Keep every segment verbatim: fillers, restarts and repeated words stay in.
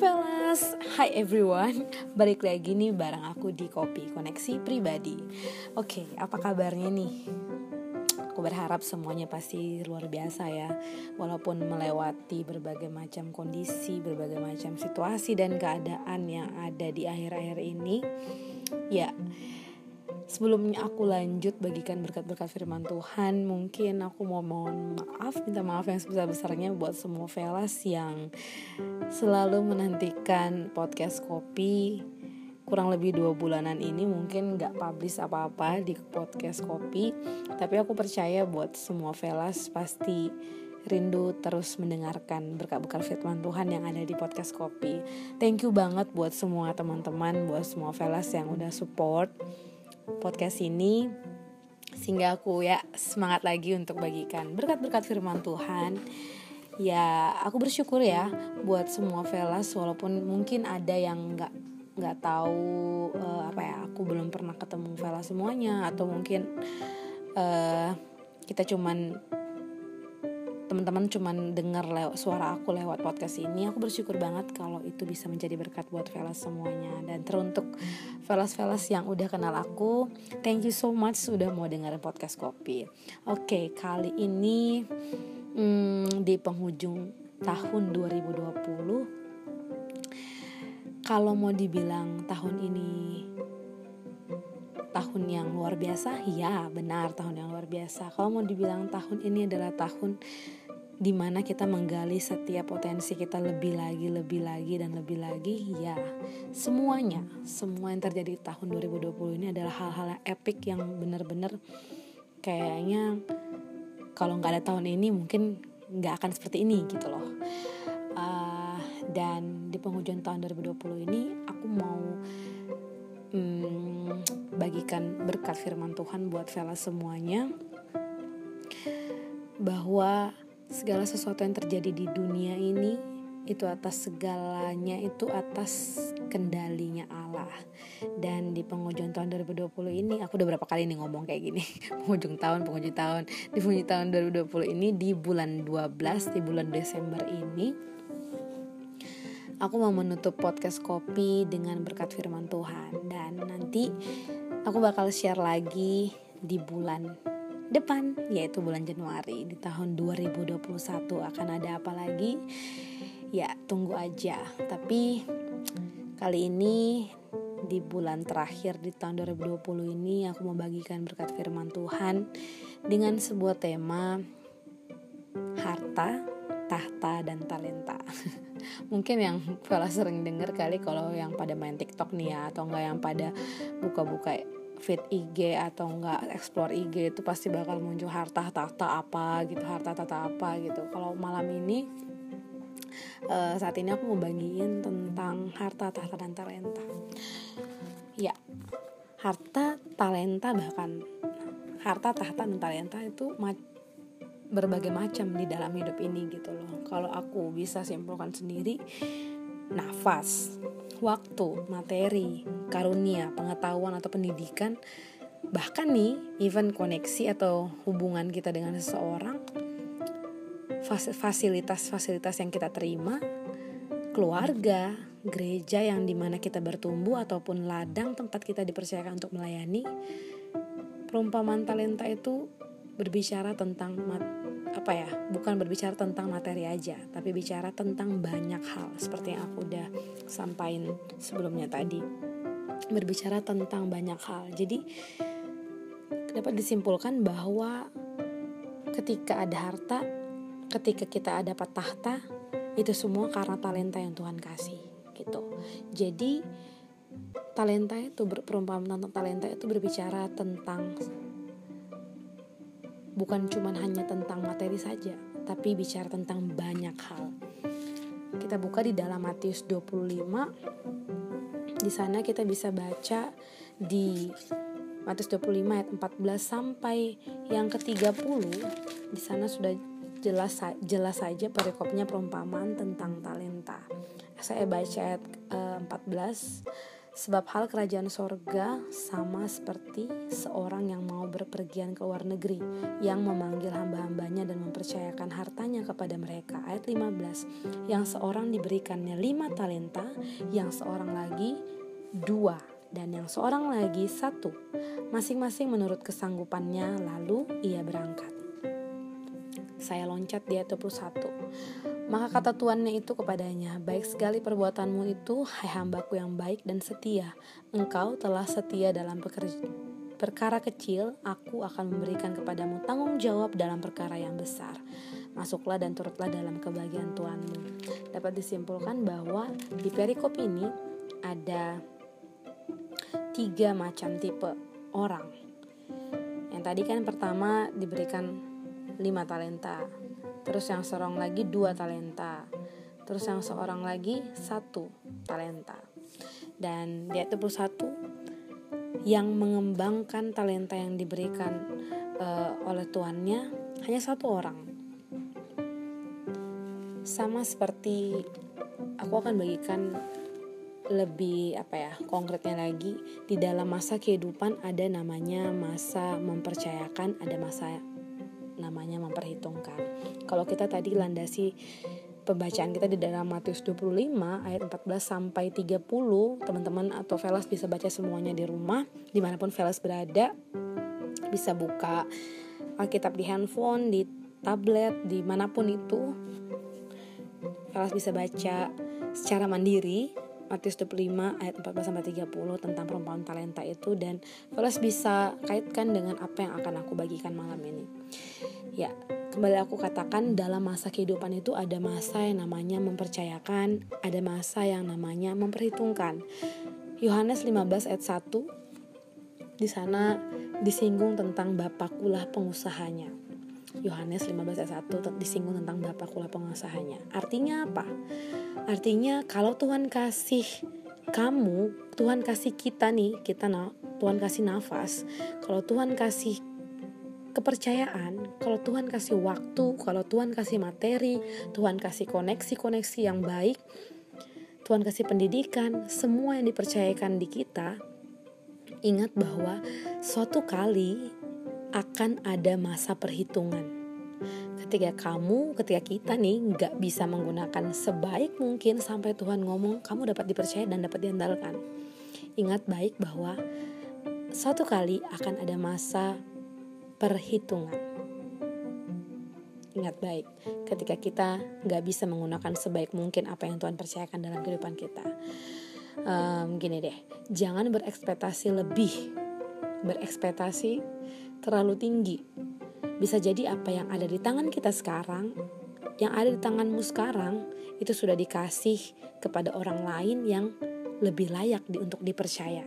fellas, hi everyone. Balik lagi nih bareng aku di Kopi Koneksi Pribadi. Oke, apa kabarnya nih? Aku berharap semuanya pasti luar biasa ya. Walaupun melewati berbagai macam kondisi, berbagai macam situasi dan keadaan yang ada di akhir-akhir ini. Ya, sebelumnya aku lanjut bagikan berkat-berkat firman Tuhan, mungkin aku mau mohon maaf, minta maaf yang sebesar-besarnya buat semua fellas yang selalu menantikan podcast Kopi. Kurang lebih dua bulanan ini mungkin gak publish apa-apa di podcast Kopi, tapi aku percaya buat semua fellas pasti rindu terus mendengarkan berkat-berkat firman Tuhan yang ada di podcast Kopi. Thank you banget buat semua teman-teman, buat semua fellas yang udah support podcast ini, sehingga aku ya semangat lagi untuk bagikan berkat-berkat firman Tuhan. Ya, aku bersyukur ya buat semua fellas, walaupun mungkin ada yang nggak nggak tahu uh, apa ya, aku belum pernah ketemu fellas semuanya, atau mungkin uh, kita cuman teman-teman cuman dengar lewat suara aku lewat podcast ini. Aku bersyukur banget kalau itu bisa menjadi berkat buat fellas semuanya. Dan teruntuk fellas-fellas yang udah kenal aku, thank you so much sudah mau dengerin podcast Kopi. Oke, kali ini hmm, di penghujung tahun dua ribu dua puluh, kalau mau dibilang tahun ini tahun yang luar biasa, ya benar, tahun yang luar biasa. Kalau mau dibilang tahun ini adalah tahun dimana kita menggali setiap potensi kita lebih lagi, lebih lagi, dan lebih lagi, ya semuanya, semua yang terjadi di tahun dua ribu dua puluh ini adalah hal-hal yang epic, yang benar-benar kayaknya kalau gak ada tahun ini mungkin gak akan seperti ini gitu loh. uh, Dan di penghujung tahun dua ribu dua puluh ini aku mau Hmm, bagikan berkat firman Tuhan buat fellas semuanya, bahwa segala sesuatu yang terjadi di dunia ini itu atas segalanya itu atas kendalinya Allah. Dan di penghujung tahun dua ribu dua puluh ini, aku udah berapa kali nih ngomong kayak gini penghujung tahun, penghujung tahun di penghujung tahun dua ribu dua puluh ini, di bulan dua belas, di bulan Desember ini, aku mau menutup podcast Kopi dengan berkat firman Tuhan. Dan nanti aku bakal share lagi di bulan depan, yaitu bulan Januari di tahun dua ribu dua puluh satu akan ada apa lagi. Ya, tunggu aja. Tapi kali ini di bulan terakhir di tahun dua ribu dua puluh ini, aku mau bagikan berkat firman Tuhan dengan sebuah tema harta, tahta, dan talenta. Mungkin yang kalau sering denger kali kalau yang pada main TikTok nih ya, atau enggak yang pada buka-buka feed I G atau enggak explore I G, itu pasti bakal muncul harta tahta apa gitu, harta tahta apa gitu. Kalau malam ini uh, saat ini aku mau bagiin tentang harta tahta dan talenta. Ya, harta, talenta, bahkan harta tahta dan talenta itu macam berbagai macam di dalam hidup ini gitu loh. Kalau aku bisa simpulkan sendiri, nafas, waktu, materi, karunia, pengetahuan atau pendidikan, bahkan nih even koneksi atau hubungan kita dengan seseorang, fasilitas-fasilitas yang kita terima, keluarga, gereja yang dimana kita bertumbuh, ataupun ladang tempat kita dipercayakan untuk melayani. Perumpamaan talenta itu berbicara tentang mat- apa ya, bukan berbicara tentang materi aja, tapi bicara tentang banyak hal, seperti yang aku udah sampaikan sebelumnya tadi, berbicara tentang banyak hal. Jadi dapat disimpulkan bahwa ketika ada harta, ketika kita dapat tahta, itu semua karena talenta yang Tuhan kasih gitu. Jadi talenta itu, perumpamaan tentang talenta itu berbicara tentang bukan cuma hanya tentang materi saja, tapi bicara tentang banyak hal. Kita buka di dalam Matius dua puluh lima. Di sana kita bisa baca di Matius dua puluh lima ayat empat belas sampai yang ke tiga puluh. Di sana sudah jelas jelas saja perikopnya, perumpamaan tentang talenta. Saya baca ayat uh, empat belas Sebab hal kerajaan sorga sama seperti seorang yang mau berpergian ke luar negeri, yang memanggil hamba-hambanya dan mempercayakan hartanya kepada mereka. Ayat lima belas, yang seorang diberikannya lima talenta, yang seorang lagi dua, dan yang seorang lagi satu, masing-masing menurut kesanggupannya, lalu ia berangkat. Saya loncat di ayat dua puluh satu. Maka kata tuannya itu kepadanya, baik sekali perbuatanmu itu, hai hambaku yang baik dan setia. Engkau telah setia dalam pekerja, perkara kecil, aku akan memberikan kepadamu tanggung jawab dalam perkara yang besar. Masuklah dan turutlah dalam kebahagiaan Tuhanmu. Dapat disimpulkan bahwa di perikop ini ada tiga macam tipe orang. Yang tadi kan pertama diberikan lima talenta, terus yang seorang lagi dua talenta, terus yang seorang lagi satu talenta. Dan di ayat dua puluh satu, yang mengembangkan talenta yang diberikan uh, oleh tuannya hanya satu orang. Sama seperti aku akan bagikan lebih apa ya konkretnya lagi, di dalam masa kehidupan ada namanya masa mempercayakan, ada masa namanya memperhitungkan. Kalau kita tadi landasi pembacaan kita di dalam Matius dua puluh lima ayat empat belas sampai tiga puluh, teman-teman atau Velas bisa baca semuanya di rumah, dimanapun Velas berada, bisa buka Alkitab di handphone, di tablet, dimanapun itu, Velas bisa baca secara mandiri Matius dua puluh lima ayat empat belas sampai tiga puluh tentang perumpamaan talenta itu, dan Velas bisa kaitkan dengan apa yang akan aku bagikan malam ini. Ya, kembali aku katakan, dalam masa kehidupan itu ada masa yang namanya mempercayakan, ada masa yang namanya memperhitungkan. Yohanes lima belas ayat satu, di sana disinggung tentang Bapakulah pengusahanya. Yohanes lima belas ayat satu disinggung tentang Bapakulah pengusahanya. Artinya apa? Artinya kalau Tuhan kasih kamu, Tuhan kasih kita nih, kita Tuhan kasih nafas, kalau Tuhan kasih kepercayaan, kalau Tuhan kasih waktu, kalau Tuhan kasih materi, Tuhan kasih koneksi-koneksi yang baik, Tuhan kasih pendidikan, semua yang dipercayakan di kita, ingat bahwa suatu kali akan ada masa perhitungan. Ketika kamu, ketika kita nih gak bisa menggunakan sebaik mungkin sampai Tuhan ngomong kamu dapat dipercaya dan dapat diandalkan. Ingat baik bahwa suatu kali akan ada masa perhitungan. Ingat baik, ketika kita gak bisa menggunakan sebaik mungkin apa yang Tuhan percayakan dalam kehidupan kita. um, Gini deh, jangan berekspektasi lebih, berekspektasi terlalu tinggi. Bisa jadi apa yang ada di tangan kita sekarang, yang ada di tanganmu sekarang, itu sudah dikasih kepada orang lain yang lebih layak di, untuk dipercaya.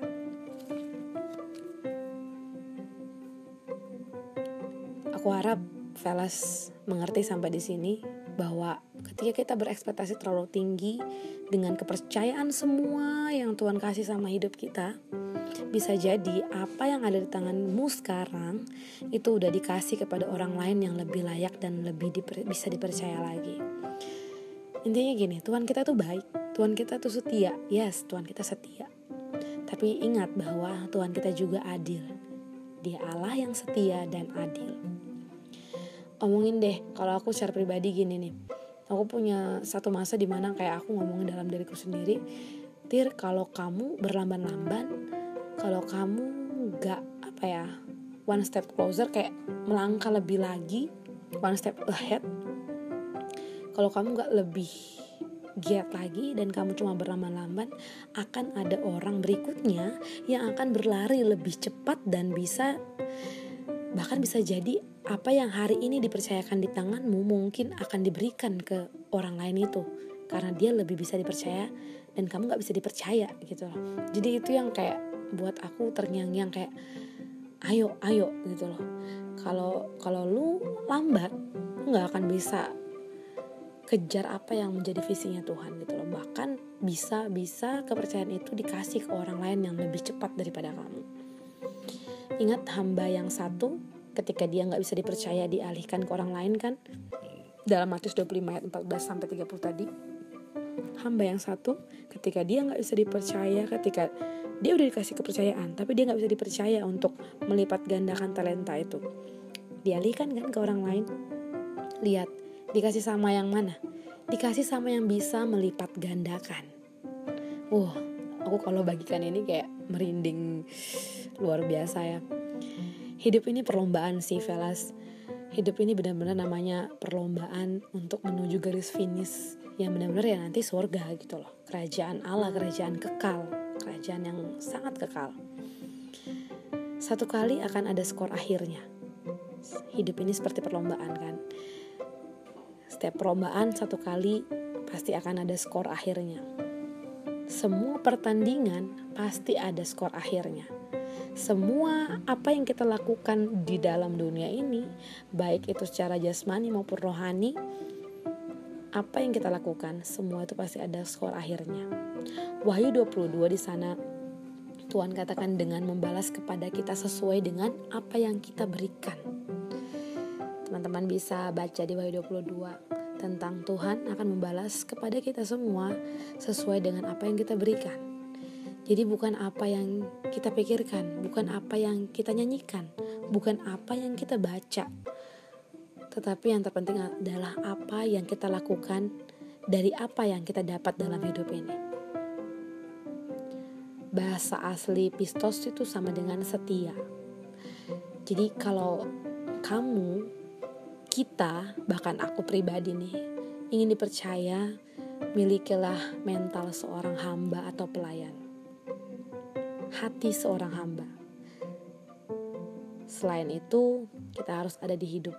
Aku harap Velas mengerti sampai di sini bahwa ketika kita berekspektasi terlalu tinggi dengan kepercayaan semua yang Tuhan kasih sama hidup kita, bisa jadi apa yang ada di tanganmu sekarang itu udah dikasih kepada orang lain yang lebih layak dan lebih diper, bisa dipercaya lagi. Intinya gini, Tuhan kita tuh baik, Tuhan kita tuh setia. Yes, Tuhan kita setia. Tapi ingat bahwa Tuhan kita juga adil. Dia Allah yang setia dan adil. Omongin deh, kalau aku secara pribadi gini nih, aku punya satu masa dimana kayak aku ngomongin dalam diriku sendiri, Tir, kalau kamu berlamban-lamban, kalau kamu gak apa ya one step closer, kayak melangkah lebih lagi, one step ahead, kalau kamu gak lebih giat lagi dan kamu cuma berlamban-lamban, akan ada orang berikutnya yang akan berlari lebih cepat dan bisa, bahkan bisa jadi apa yang hari ini dipercayakan di tanganmu mungkin akan diberikan ke orang lain itu, karena dia lebih bisa dipercaya dan kamu gak bisa dipercaya gitu loh. Jadi itu yang kayak buat aku terngiang-ngiang, kayak ayo ayo gitu loh. Kalau kalau lu lambat, lu nggak akan bisa kejar apa yang menjadi visinya Tuhan gitu loh. Bahkan bisa bisa kepercayaan itu dikasih ke orang lain yang lebih cepat daripada kamu. Ingat hamba yang satu, ketika dia nggak bisa dipercaya dialihkan ke orang lain kan, dalam Matius dua puluh lima ayat empat belas sampai tiga puluh tadi. Hamba yang satu, ketika dia gak bisa dipercaya, ketika dia udah dikasih kepercayaan, tapi dia gak bisa dipercaya untuk melipat gandakan talenta itu, dialihkan kan ke orang lain. Lihat, dikasih sama yang mana? Dikasih sama yang bisa melipat gandakan. Wah, aku kalau bagikan ini kayak merinding luar biasa ya. Hidup ini perlombaan sih, Velas. Hidup ini benar-benar namanya perlombaan untuk menuju garis finish yang benar-benar ya nanti surga gitu loh. Kerajaan Allah, kerajaan kekal, kerajaan yang sangat kekal. Satu kali akan ada skor akhirnya. Hidup ini seperti perlombaan kan. Setiap perlombaan satu kali pasti akan ada skor akhirnya. Semua pertandingan pasti ada skor akhirnya. Semua apa yang kita lakukan di dalam dunia ini, baik itu secara jasmani maupun rohani, apa yang kita lakukan, semua itu pasti ada skor akhirnya. Wahyu dua puluh dua di sana Tuhan katakan dengan membalas kepada kita sesuai dengan apa yang kita berikan. Teman-teman bisa baca di Wahyu dua puluh dua tentang Tuhan akan membalas kepada kita semua sesuai dengan apa yang kita berikan. Jadi bukan apa yang kita pikirkan, bukan apa yang kita nyanyikan, bukan apa yang kita baca, tetapi yang terpenting adalah apa yang kita lakukan dari apa yang kita dapat dalam hidup ini. Bahasa asli pistos itu sama dengan setia. Jadi kalau kamu, kita, bahkan aku pribadi nih, ingin dipercaya, milikilah mental seorang hamba atau pelayan. Hati seorang hamba. Selain itu, kita harus ada di hidup.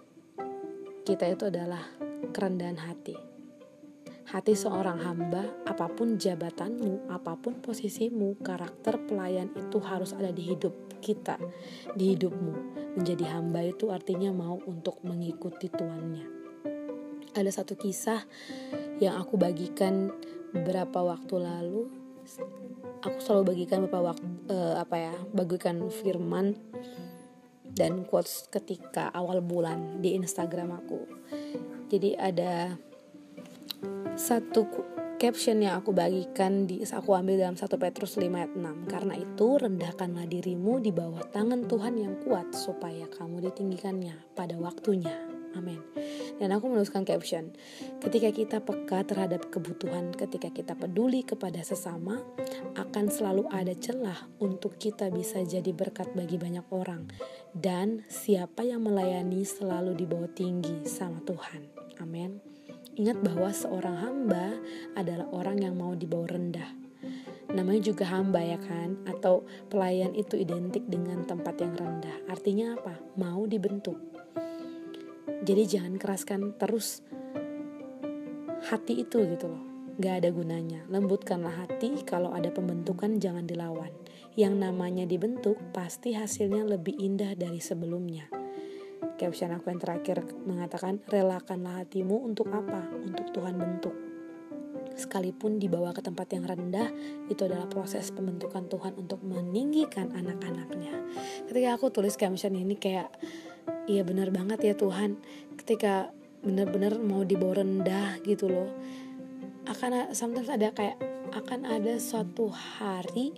Kita itu adalah kerendahan hati. Hati seorang hamba, apapun jabatanmu, apapun posisimu, karakter pelayan itu harus ada di hidup kita, di hidupmu. Menjadi hamba itu artinya mau untuk mengikuti tuannya. Ada satu kisah yang aku bagikan beberapa waktu lalu. Aku selalu bagikan beberapa waktu uh, apa ya, bagikan firman dan quotes ketika awal bulan di Instagram aku. Jadi ada satu caption yang aku bagikan di aku ambil dalam satu Petrus lima ayat enam. Karena itu rendahkanlah dirimu di bawah tangan Tuhan yang kuat supaya kamu ditinggikannya pada waktunya. Amin. Dan aku menuliskan caption, ketika kita peka terhadap kebutuhan, ketika kita peduli kepada sesama, akan selalu ada celah untuk kita bisa jadi berkat bagi banyak orang. Dan siapa yang melayani selalu dibawa tinggi sama Tuhan. Amin. Ingat bahwa seorang hamba adalah orang yang mau dibawa rendah. Namanya juga hamba ya kan, atau pelayan itu identik dengan tempat yang rendah. Artinya apa? Mau dibentuk. Jadi jangan keraskan terus hati itu gitu loh, gak ada gunanya. Lembutkanlah hati, kalau ada pembentukan jangan dilawan. Yang namanya dibentuk pasti hasilnya lebih indah dari sebelumnya. Caption aku yang terakhir mengatakan, relakanlah hatimu untuk apa? Untuk Tuhan bentuk. Sekalipun dibawa ke tempat yang rendah, itu adalah proses pembentukan Tuhan untuk meninggikan anak-anaknya. Ketika aku tulis caption ini kayak, iya benar banget ya Tuhan, ketika benar-benar mau dibawa rendah gitu loh, akan sometimes ada kayak akan ada suatu hari,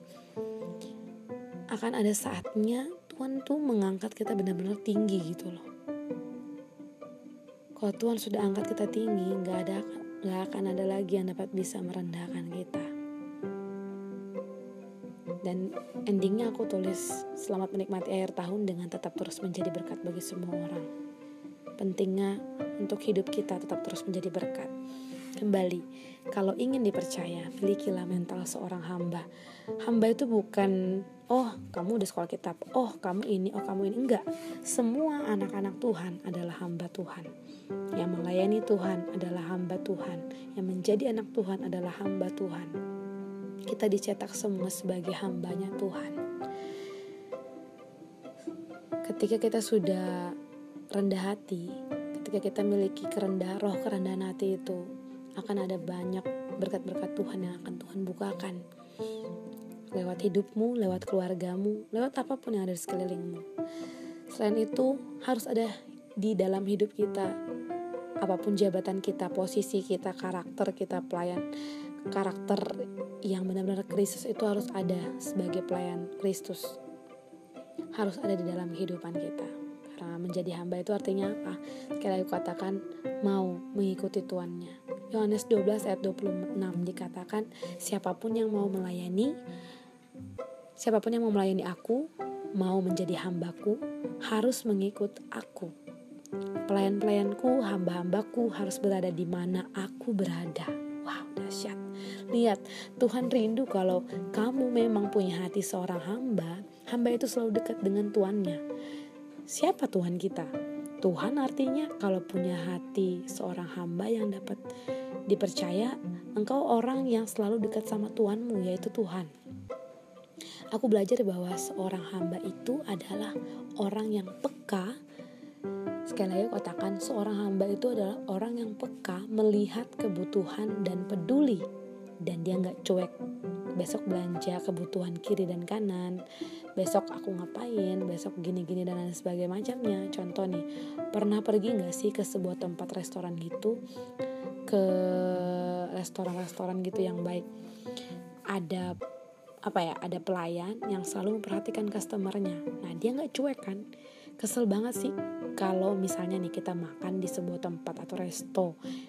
akan ada saatnya Tuhan tuh mengangkat kita benar-benar tinggi gitu loh. Kalau Tuhan sudah angkat kita tinggi, nggak ada nggak akan ada lagi yang dapat bisa merendahkan kita. Dan endingnya aku tulis, selamat menikmati akhir tahun dengan tetap terus menjadi berkat bagi semua orang. Pentingnya untuk hidup kita tetap terus menjadi berkat. Kembali, kalau ingin dipercaya, milikilah mental seorang hamba. Hamba itu bukan, oh kamu udah sekolah kitab, oh kamu ini, oh kamu ini. Enggak, semua anak-anak Tuhan adalah hamba Tuhan. Yang melayani Tuhan adalah hamba Tuhan. Yang menjadi anak Tuhan adalah hamba Tuhan. Kita dicetak semua sebagai hambanya Tuhan. Ketika kita sudah rendah hati, ketika kita memiliki kerendahan roh, kerendahan hati itu, akan ada banyak berkat-berkat Tuhan yang akan Tuhan bukakan. Lewat hidupmu, lewat keluargamu, lewat apapun yang ada di sekelilingmu. Selain itu, harus ada di dalam hidup kita apapun jabatan kita, posisi kita, karakter kita, pelayan karakter yang benar-benar Kristus itu harus ada sebagai pelayan Kristus, harus ada di dalam kehidupan kita. Karena menjadi hamba itu artinya apa? Sekali lagi katakan, mau mengikuti tuannya. Yohanes dua belas ayat dua puluh enam dikatakan, siapapun yang mau melayani, siapapun yang mau melayani aku, mau menjadi hambaku, harus mengikut aku. Pelayan-pelayanku, hamba-hambaku harus berada di mana aku berada. Wow, dahsyat. Lihat, Tuhan rindu kalau kamu memang punya hati seorang hamba. Hamba itu selalu dekat dengan tuannya. Siapa Tuhan kita? Tuhan artinya kalau punya hati seorang hamba yang dapat dipercaya, engkau orang yang selalu dekat sama Tuhanmu, yaitu Tuhan. Aku belajar bahwa seorang hamba itu adalah orang yang peka. Sekali lagi katakan, seorang hamba itu adalah orang yang peka melihat kebutuhan dan peduli. Dan dia gak cuek. Besok belanja kebutuhan kiri dan kanan, besok aku ngapain, besok gini-gini dan lain sebagainya macamnya. Contoh nih, pernah pergi gak sih ke sebuah tempat restoran gitu, ke restoran-restoran gitu yang baik, ada apa ya, ada pelayan yang selalu memperhatikan customernya. Nah dia gak cuek kan. Kesel banget sih kalau misalnya nih kita makan di sebuah tempat atau resto,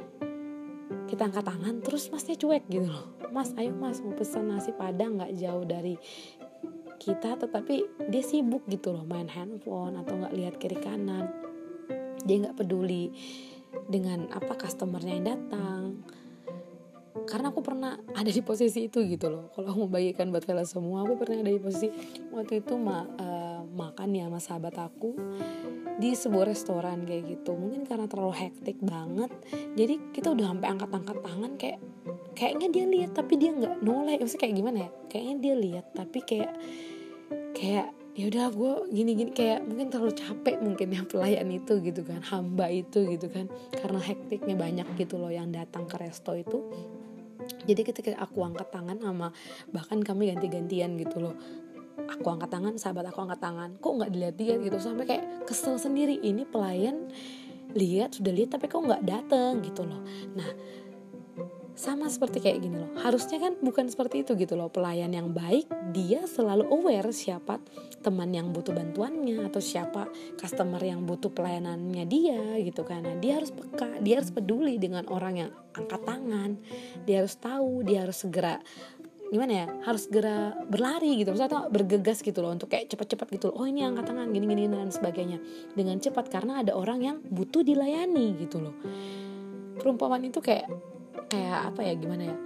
kita angkat tangan terus masnya cuek gitu loh. Mas ayo mas mau pesan nasi padang gak jauh dari kita, tetapi dia sibuk gitu loh, main handphone atau gak lihat kiri kanan. Dia gak peduli dengan apa customernya yang datang. Karena aku pernah ada di posisi itu gitu loh. Kalau aku mau bagikan buat kalian semua, aku pernah ada di posisi waktu itu ma- uh, makan ya sama sahabat aku di sebuah restoran kayak gitu. Mungkin karena terlalu hektik banget, jadi kita udah sampai angkat-angkat tangan, kayak kayaknya dia lihat tapi dia nggak noleh. Maksudnya kayak gimana ya? Kayaknya dia lihat tapi kayak kayak ya udah gue gini-gini, kayak mungkin terlalu capek mungkin yang pelayan itu gitu kan, hamba itu gitu kan, karena hektiknya banyak gitu loh yang datang ke resto itu. Jadi ketika aku angkat tangan sama, bahkan kami ganti-gantian gitu loh, aku angkat tangan, sahabat aku angkat tangan, kok nggak dilihat-lihat gitu, sampai kayak kesel sendiri. Ini pelayan lihat, sudah lihat tapi kok nggak datang gitu loh. Nah sama seperti kayak gini loh, harusnya kan bukan seperti itu gitu loh. Pelayan yang baik dia selalu aware siapa teman yang butuh bantuannya atau siapa customer yang butuh pelayanannya dia gitu kan. Nah, dia harus peka, dia harus peduli dengan orang yang angkat tangan, dia harus tahu, dia harus segera gimana ya, harus segera berlari gitu, atau bergegas gitu loh untuk kayak cepat-cepat gitu loh. Oh ini angkat tangan gini-gini dan sebagainya dengan cepat, karena ada orang yang butuh dilayani gitu loh. Perumpamaan itu kayak kayak apa ya, gimana ya,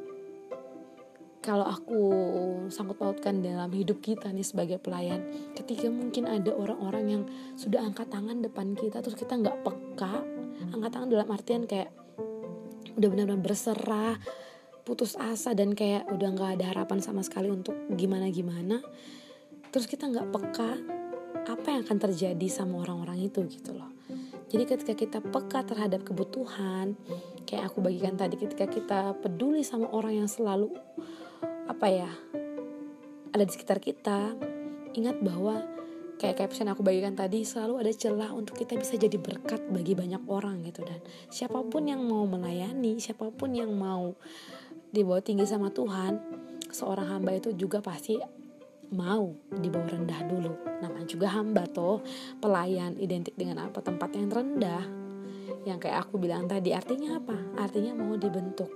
kalau aku sangkut pautkan dalam hidup kita nih sebagai pelayan, ketika mungkin ada orang-orang yang sudah angkat tangan depan kita terus kita nggak peka. Angkat tangan dalam artian kayak udah benar-benar berserah, putus asa, dan kayak udah nggak ada harapan sama sekali untuk gimana-gimana, terus kita nggak peka, apa yang akan terjadi sama orang-orang itu gitu loh. Jadi ketika kita peka terhadap kebutuhan, kayak aku bagikan tadi, ketika kita peduli sama orang yang selalu apa ya, ada di sekitar kita, ingat bahwa kayak caption aku bagikan tadi, selalu ada celah untuk kita bisa jadi berkat bagi banyak orang gitu. Dan siapapun yang mau melayani, siapapun yang mau dibawa tinggi sama Tuhan, seorang hamba itu juga pasti mau dibawa rendah dulu. Namanya juga hamba toh. Pelayan identik dengan apa? Tempat yang rendah. Yang kayak aku bilang tadi, artinya apa? Artinya mau dibentuk.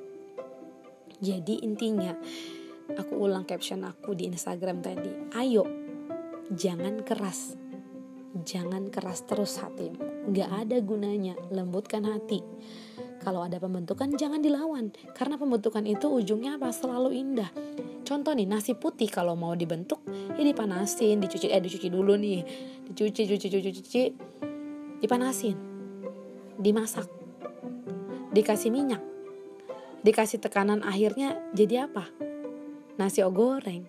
Jadi intinya, aku ulang caption aku di Instagram tadi, ayo jangan keras, jangan keras terus hatimu, gak ada gunanya. Lembutkan hati. Kalau ada pembentukan jangan dilawan, karena pembentukan itu ujungnya apa? Selalu indah. Contoh nih, nasi putih kalau mau dibentuk ya dipanasin, dicuci eh dicuci dulu nih, dicuci cuci cuci cuci, dipanasin, dimasak, dikasih minyak, dikasih tekanan, akhirnya jadi apa? Nasi goreng.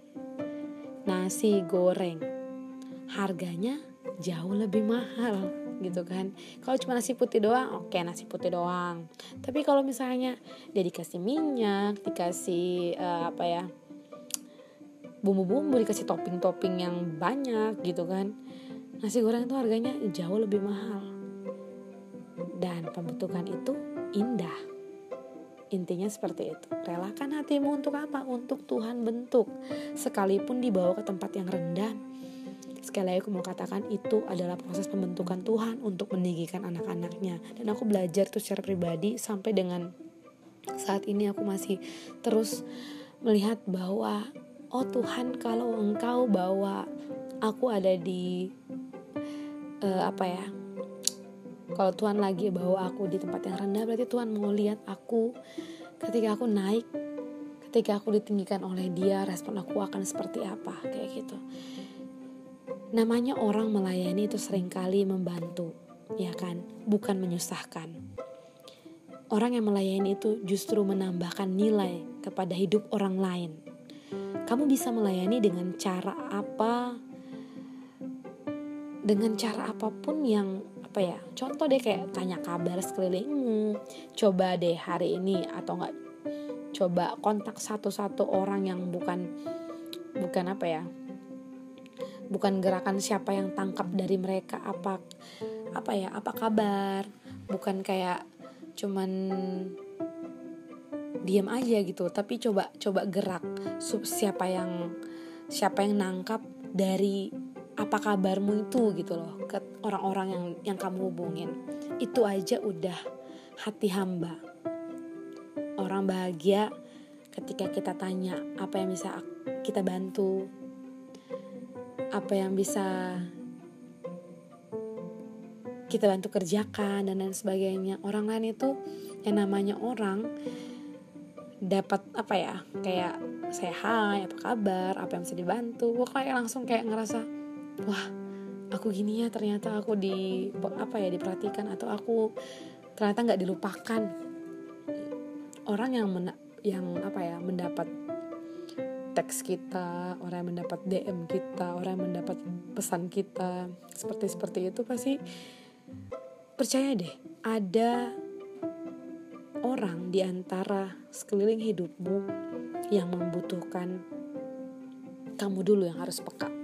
Nasi goreng harganya jauh lebih mahal gitu kan. Kalau cuma nasi putih doang, oke okay, nasi putih doang. Tapi kalau misalnya dia dikasih minyak, dikasih uh, apa ya, bumbu-bumbu, dikasih topping-topping yang banyak gitu kan, nasi goreng itu harganya jauh lebih mahal. Dan pembentukan itu indah. Intinya seperti itu. Relakan hatimu untuk apa? Untuk Tuhan bentuk. Sekalipun dibawa ke tempat yang rendah, sekali lagi aku mau katakan itu adalah proses pembentukan Tuhan untuk meninggikan anak-anaknya. Dan aku belajar itu secara pribadi sampai dengan saat ini aku masih terus melihat bahwa oh Tuhan, kalau Engkau bawa aku ada di uh, apa ya? Kalau Tuhan lagi bawa aku di tempat yang rendah, berarti Tuhan mau lihat aku ketika aku naik, ketika aku ditinggikan oleh Dia, respon aku akan seperti apa, kayak gitu. Namanya orang melayani itu seringkali membantu, ya kan? Bukan menyusahkan. Orang yang melayani itu justru menambahkan nilai kepada hidup orang lain. Kamu bisa melayani dengan cara apa? Dengan cara apapun yang apa ya? Contoh deh kayak tanya kabar sekelilingmu. Coba deh hari ini atau enggak coba kontak satu-satu orang yang bukan bukan apa ya? Bukan gerakan siapa yang tangkap dari mereka apa apa ya? Apa kabar? Bukan kayak cuman diam aja gitu, tapi coba coba gerak. Siapa yang siapa yang nangkap dari apa kabarmu itu gitu loh ke orang-orang yang yang kamu hubungin. Itu aja udah hati hamba. Orang bahagia ketika kita tanya apa yang bisa kita bantu, apa yang bisa kita bantu kerjakan dan lain sebagainya. Orang lain itu yang namanya orang dapat apa ya, kayak say hi, apa kabar, apa yang bisa dibantu, kayak langsung kayak ngerasa wah aku gini ya, ternyata aku di apa ya diperhatikan, atau aku ternyata nggak dilupakan. Orang yang mena, yang apa ya mendapat teks kita, orang yang mendapat D M kita, orang yang mendapat pesan kita seperti seperti itu, pasti percaya deh ada orang di antara sekeliling hidupmu yang membutuhkan kamu dulu yang harus peka.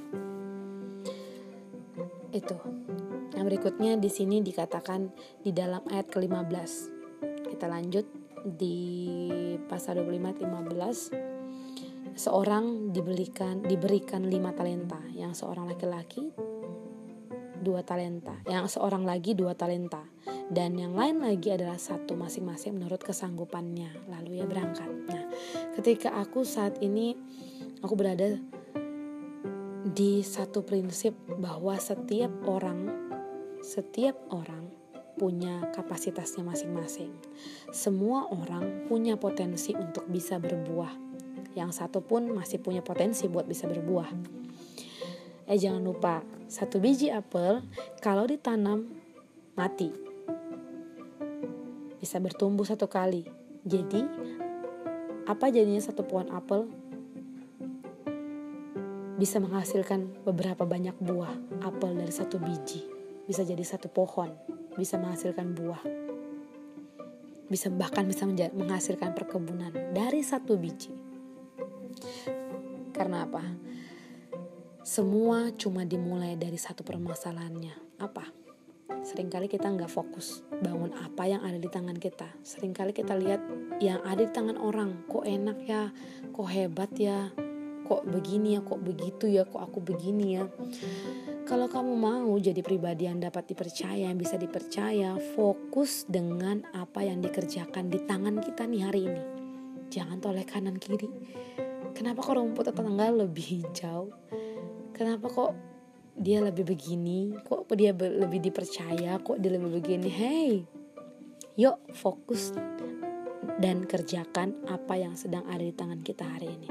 Itu. Yang berikutnya di sini dikatakan di dalam ayat ke lima belas. Kita lanjut di pasal dua puluh lima ayat lima belas. Seorang diberikan diberikan lima talenta, yang seorang laki-laki dua talenta, yang seorang lagi dua talenta, dan yang lain lagi adalah satu masing-masing menurut kesanggupannya. Lalu ia berangkat. Nah, ketika aku saat ini aku berada di satu prinsip bahwa setiap orang setiap orang punya kapasitasnya masing-masing. Semua orang punya potensi untuk bisa berbuah. Yang satu pun masih punya potensi buat bisa berbuah. Eh jangan lupa, satu biji apel kalau ditanam mati, bisa bertumbuh satu kali. Jadi apa jadinya satu pohon apel? Bisa menghasilkan beberapa banyak buah apel dari satu biji. Bisa jadi satu pohon, bisa menghasilkan buah. Bisa bahkan bisa menja- menghasilkan perkebunan dari satu biji. Karena apa? Semua cuma dimulai dari satu permasalahannya. Apa? Seringkali kita gak fokus bangun apa yang ada di tangan kita. Seringkali kita lihat yang ada di tangan orang. Kok enak ya, kok hebat ya, kok begini ya, kok begitu ya, kok aku begini ya. Kalau kamu mau jadi pribadi yang dapat dipercaya, yang bisa dipercaya, fokus dengan apa yang dikerjakan di tangan kita nih hari ini. Jangan toleh kanan kiri. Kenapa kok rumput tetangga lebih hijau? Kenapa kok dia lebih begini? Kok dia lebih dipercaya? Kok dia lebih begini? Hey, yuk fokus dan kerjakan apa yang sedang ada di tangan kita hari ini.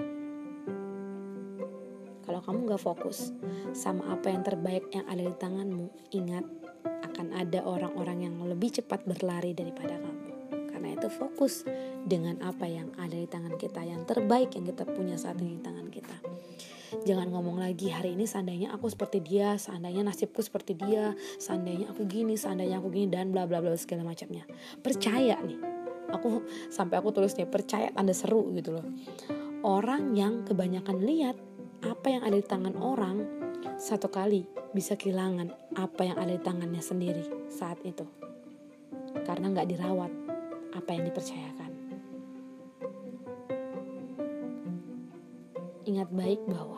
Kalau kamu gak fokus sama apa yang terbaik yang ada di tanganmu, ingat akan ada orang-orang yang lebih cepat berlari daripada kamu. Karena itu fokus dengan apa yang ada di tangan kita, yang terbaik yang kita punya saat ini di tangan kita. Jangan ngomong lagi hari ini seandainya aku seperti dia, seandainya nasibku seperti dia, seandainya aku gini, seandainya aku gini, dan bla bla bla segala macamnya. Percaya nih, aku sampai aku tulisnya percaya tanda seru gitu loh. Orang yang kebanyakan lihat apa yang ada di tangan orang, satu kali bisa kehilangan apa yang ada di tangannya sendiri saat itu. karena gak dirawat apa yang dipercayakan. Ingat baik bahwa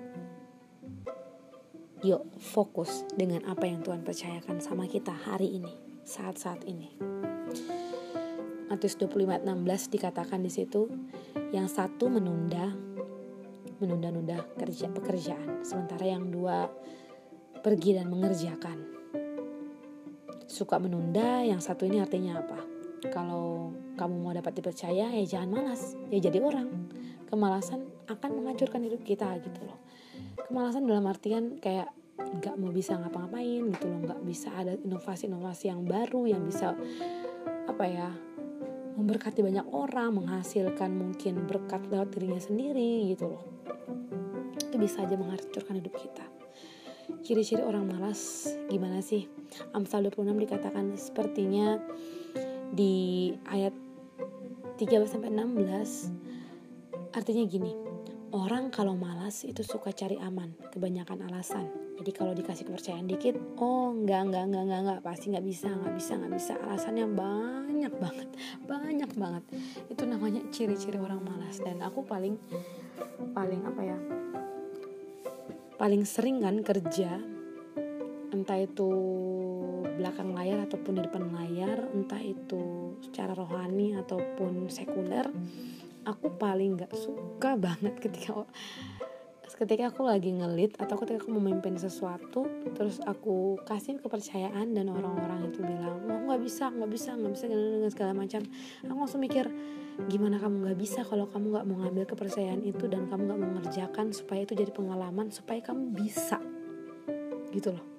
yuk fokus dengan apa yang Tuhan percayakan sama kita hari ini, saat-saat ini. Matius dua puluh lima ayat enam belas dikatakan di situ, yang satu menunda menunda-nunda kerja pekerjaan, sementara yang dua pergi dan mengerjakan. Suka menunda, yang satu ini artinya apa? Kalau kamu mau dapat dipercaya, ya jangan malas, ya jadi orang. Kemalasan akan menghancurkan hidup kita gitu loh. Kemalasan dalam artian kayak gak mau bisa ngapa-ngapain gitu loh, gak bisa ada inovasi-inovasi yang baru yang bisa apa ya, memberkati banyak orang, menghasilkan mungkin berkat lewat dirinya sendiri gitu loh. Itu bisa aja menghancurkan hidup kita. Ciri-ciri orang malas gimana sih? Amsal dua puluh enam dikatakan sepertinya di ayat tiga belas sampai enam belas. Artinya gini, orang kalau malas itu suka cari aman, kebanyakan alasan. Jadi kalau dikasih kepercayaan dikit, oh enggak, enggak, enggak, enggak, enggak, pasti enggak bisa, enggak bisa, enggak bisa. Alasannya banyak banget, banyak banget. Itu namanya ciri-ciri orang malas. Dan aku paling, paling apa ya, paling sering kan kerja, entah itu belakang layar ataupun di depan layar, entah itu secara rohani ataupun sekuler. Aku paling gak suka banget ketika ketika aku lagi ngelit atau ketika aku memimpin sesuatu, terus aku kasih kepercayaan dan orang-orang itu bilang, oh nggak bisa, nggak bisa, nggak bisa dengan segala macam. Aku langsung mikir, gimana kamu nggak bisa kalau kamu nggak mau ngambil kepercayaan itu dan kamu nggak mau mengerjakan supaya itu jadi pengalaman supaya kamu bisa, gitu loh.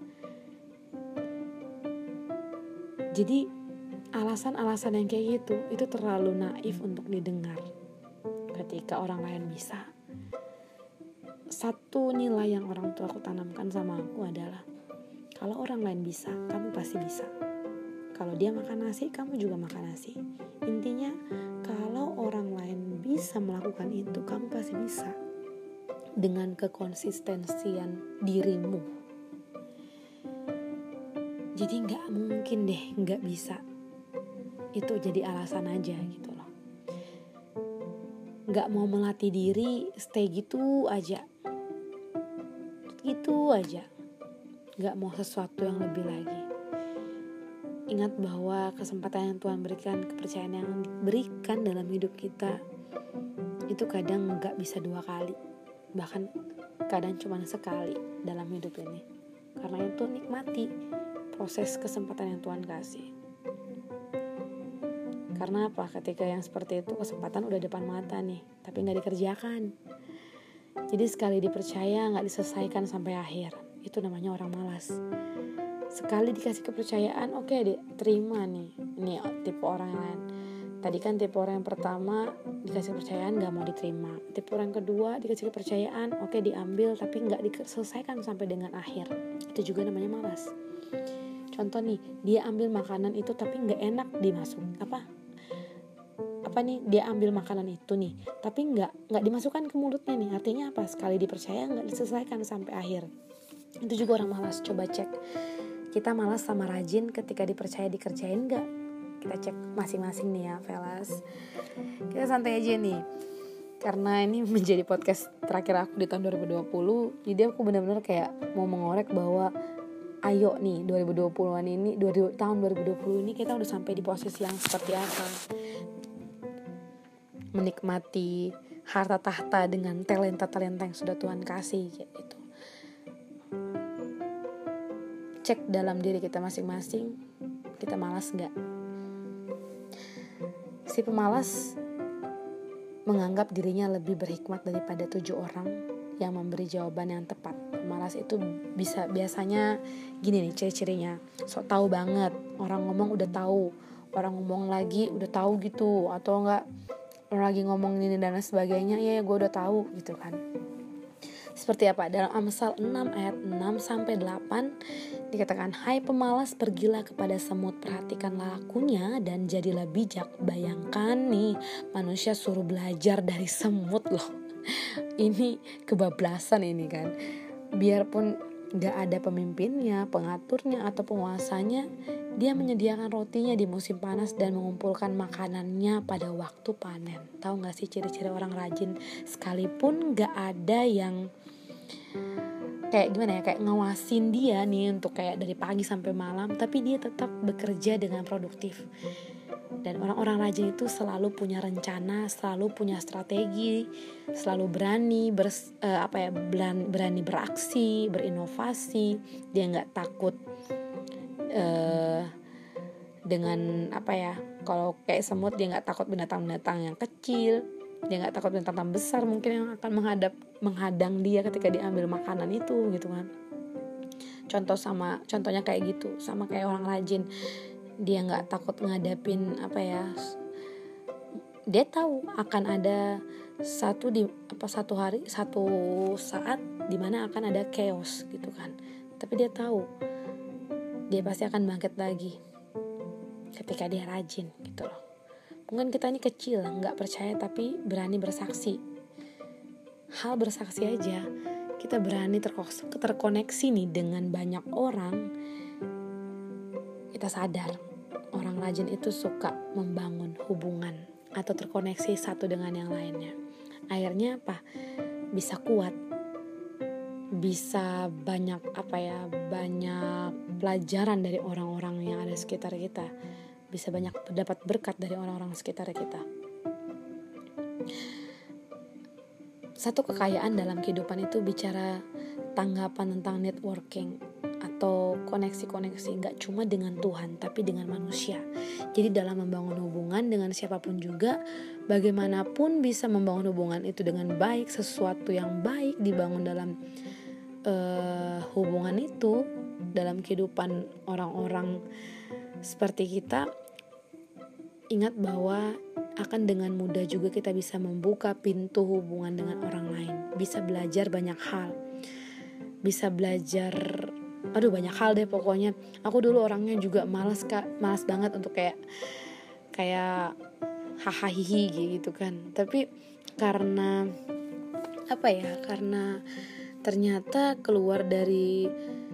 Jadi alasan-alasan yang kayak gitu itu terlalu naif untuk didengar. Ketika orang lain bisa, satu nilai yang orang tua aku tanamkan sama aku adalah kalau orang lain bisa, kamu pasti bisa. Kalau dia makan nasi, kamu juga makan nasi. Intinya kalau orang lain bisa melakukan itu, kamu pasti bisa. Dengan kekonsistensian dirimu. Jadi gak mungkin deh gak bisa. Itu jadi alasan aja gitu loh. Gak mau melatih diri, stay gitu aja. Gitu aja, gak mau sesuatu yang lebih lagi. Ingat bahwa kesempatan yang Tuhan berikan, kepercayaan yang diberikan dalam hidup kita itu kadang gak bisa dua kali, bahkan kadang cuma sekali dalam hidup ini. Karena itu nikmati proses kesempatan yang Tuhan kasih. Karena apa? Ketika yang seperti itu kesempatan udah depan mata nih, tapi gak dikerjakan. Jadi sekali dipercaya gak diselesaikan sampai akhir. Itu namanya orang malas. Sekali dikasih kepercayaan, oke okay, diterima nih. Ini tipe orang yang lain. Tadi kan tipe orang yang pertama dikasih kepercayaan gak mau diterima. Tipe orang kedua dikasih kepercayaan, oke okay, diambil tapi gak diselesaikan sampai dengan akhir. Itu juga namanya malas. Contoh nih, dia ambil makanan itu tapi gak enak dimasuk. Apa? apa nih dia ambil makanan itu nih tapi nggak nggak dimasukkan ke mulutnya nih, artinya apa? Sekali dipercaya nggak diselesaikan sampai akhir. Itu juga orang malas. Coba cek, kita malas sama rajin ketika dipercaya dikerjain nggak? Kita cek masing-masing nih ya fellas. Kita santai aja nih, karena ini menjadi podcast terakhir aku di tahun dua ribu dua puluh. Jadi aku benar-benar kayak mau mengorek bahwa ayo nih dua ribu dua puluhan ini dua ribu, tahun dua ribu dua puluh ini kita udah sampai di posisi yang seperti apa. Menikmati harta tahta dengan talenta-talenta yang sudah Tuhan kasih kayak gitu. Cek dalam diri kita masing-masing, kita malas gak? Si pemalas menganggap dirinya lebih berhikmat daripada tujuh orang yang memberi jawaban yang tepat. Pemalas itu bisa biasanya gini nih ciri-cirinya, sok tahu banget, orang ngomong udah tahu, orang ngomong lagi udah tahu gitu, atau enggak orang lagi ngomong ini dan sebagainya, ya, ya gue udah tahu gitu kan. Seperti apa? Dalam Amsal enam ayat enam sampai delapan dikatakan, hai pemalas, pergilah kepada semut, perhatikanlah lakunya dan jadilah bijak. Bayangkan nih, manusia suruh belajar dari semut loh. Ini kebablasan ini kan. Biarpun gak ada pemimpinnya, pengaturnya, atau penguasanya, dia menyediakan rotinya di musim panas dan mengumpulkan makanannya pada waktu panen. Tahu gak sih ciri-ciri orang rajin? Sekalipun gak ada yang kayak gimana ya, kayak ngawasin dia nih untuk kayak dari pagi sampai malam, tapi dia tetap bekerja dengan produktif. Dan orang-orang rajin itu selalu punya rencana, selalu punya strategi, selalu berani ber, uh, apa ya berani beraksi, berinovasi. Dia nggak takut uh, dengan apa ya, kalau kayak semut dia nggak takut binatang-binatang yang kecil, dia nggak takut binatang besar mungkin yang akan menghadap menghadang dia ketika diambil makanan itu gitu kan. Contoh sama contohnya kayak gitu, sama kayak orang rajin. Dia nggak takut ngadapin apa ya, dia tahu akan ada satu di apa satu hari satu saat dimana akan ada chaos gitu kan, tapi dia tahu dia pasti akan bangkit lagi ketika dia rajin gitu loh. Mungkin kita ini kecil nggak percaya tapi berani bersaksi. Hal bersaksi aja kita berani terkoneksi nih dengan banyak orang, kita sadar orang rajin itu suka membangun hubungan atau terkoneksi satu dengan yang lainnya. Akhirnya apa? Bisa kuat, bisa banyak apa ya, banyak pelajaran dari orang-orang yang ada di sekitar kita, bisa banyak dapat berkat dari orang-orang sekitar kita. Satu kekayaan dalam kehidupan itu bicara tanggapan tentang networking atau koneksi-koneksi, gak cuma dengan Tuhan tapi dengan manusia. Jadi dalam membangun hubungan dengan siapapun juga, bagaimanapun bisa membangun hubungan itu dengan baik, sesuatu yang baik dibangun dalam uh, hubungan itu, dalam kehidupan orang-orang seperti kita. Ingat bahwa akan dengan mudah juga kita bisa membuka pintu hubungan dengan orang lain, bisa belajar banyak hal, bisa belajar aduh banyak hal deh pokoknya. Aku dulu orangnya juga malas kak, malas banget untuk kayak kayak hahaha gitu kan. Tapi karena apa ya, karena ternyata keluar dari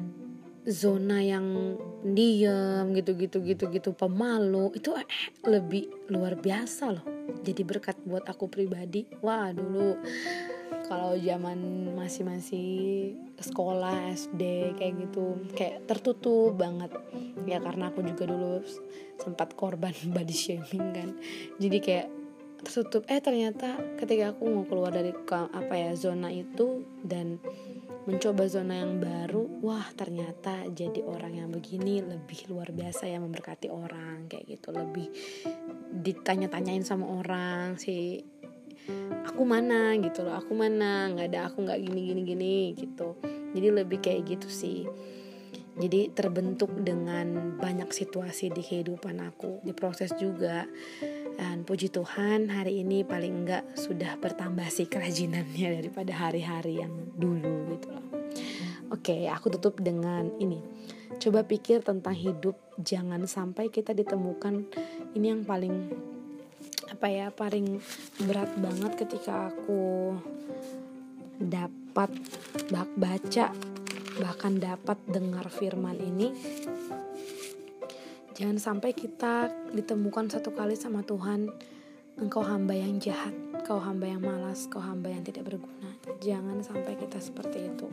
zona yang diam gitu-gitu gitu-gitu pemalu itu eh, lebih luar biasa loh. Jadi berkat buat aku pribadi. Wah dulu kalau zaman masih-masih sekolah S D kayak gitu, kayak tertutup banget ya, karena aku juga dulu sempat korban body shaming kan. Jadi kayak tertutup. Eh ternyata ketika aku mau keluar dari apa ya zona itu dan mencoba zona yang baru, wah ternyata jadi orang yang begini lebih luar biasa ya, memberkati orang kayak gitu, lebih ditanya-tanyain sama orang sih, aku mana gitu loh, aku mana, nggak ada aku, nggak gini gini gini gitu. Jadi lebih kayak gitu sih. Jadi terbentuk dengan banyak situasi di kehidupan aku, diproses juga. Dan puji Tuhan hari ini paling enggak sudah bertambah sih kerajinannya daripada hari-hari yang dulu gitu loh. Oke, aku tutup dengan ini. Coba pikir tentang hidup, jangan sampai kita ditemukan, ini yang paling apa ya, paling berat banget ketika aku dapat baca bahkan dapat dengar firman ini. Jangan sampai kita ditemukan satu kali sama Tuhan, engkau hamba yang jahat, kau hamba yang malas, kau hamba yang tidak berguna. Jangan sampai kita seperti itu.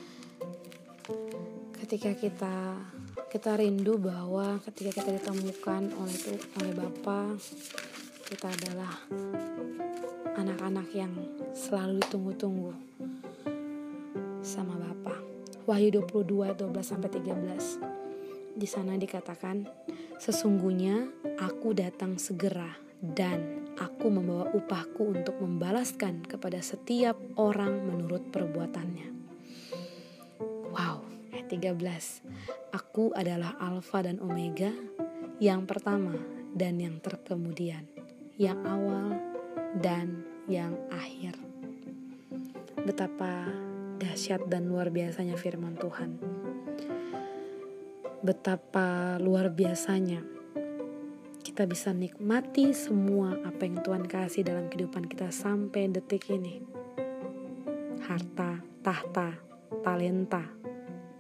Ketika kita kita rindu bahwa ketika kita ditemukan oleh itu oleh Bapa, kita adalah anak-anak yang selalu ditunggu-tunggu sama Bapa. Wahyu dua puluh dua ayat dua belas sampai tiga belas. Di sana dikatakan, sesungguhnya aku datang segera dan aku membawa upahku untuk membalaskan kepada setiap orang menurut perbuatannya. Wow, ayat tiga belas. Aku adalah Alfa dan Omega, yang pertama dan yang terkemudian, yang awal dan yang akhir. Betapa dahsyat dan luar biasanya firman Tuhan. Betapa luar biasanya kita bisa nikmati semua apa yang Tuhan kasih dalam kehidupan kita sampai detik ini. Harta, tahta, talenta,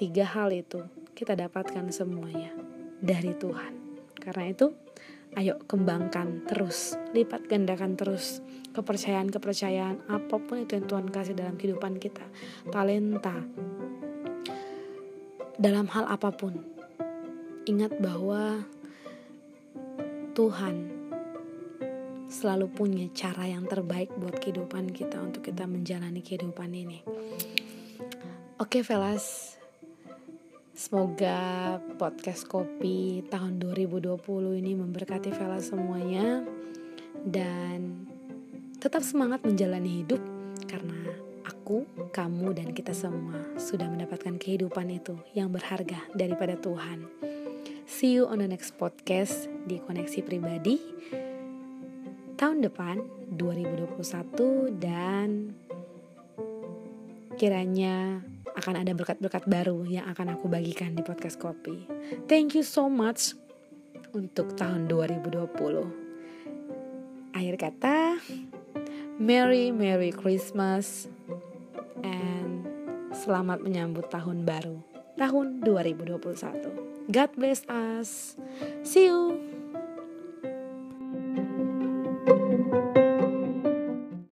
tiga hal itu kita dapatkan semuanya dari Tuhan. Karena itu ayo kembangkan terus, lipat gandakan terus kepercayaan-kepercayaan apapun itu yang Tuhan kasih dalam kehidupan kita. Talenta, dalam hal apapun. Ingat bahwa Tuhan selalu punya cara yang terbaik buat kehidupan kita, untuk kita menjalani kehidupan ini. Oke Velas, semoga podcast Kopi tahun dua ribu dua puluh ini memberkati Velas semuanya. Dan tetap semangat menjalani hidup, karena aku, kamu, dan kita semua sudah mendapatkan kehidupan itu yang berharga daripada Tuhan. See you on the next podcast di Koneksi Pribadi tahun depan dua ribu dua puluh satu, dan kiranya akan ada berkat-berkat baru yang akan aku bagikan di podcast Kopi. Thank you so much untuk tahun dua ribu dua puluh. Akhir kata, Merry Merry Christmas and selamat menyambut tahun baru, tahun dua ribu dua puluh satu. God bless us.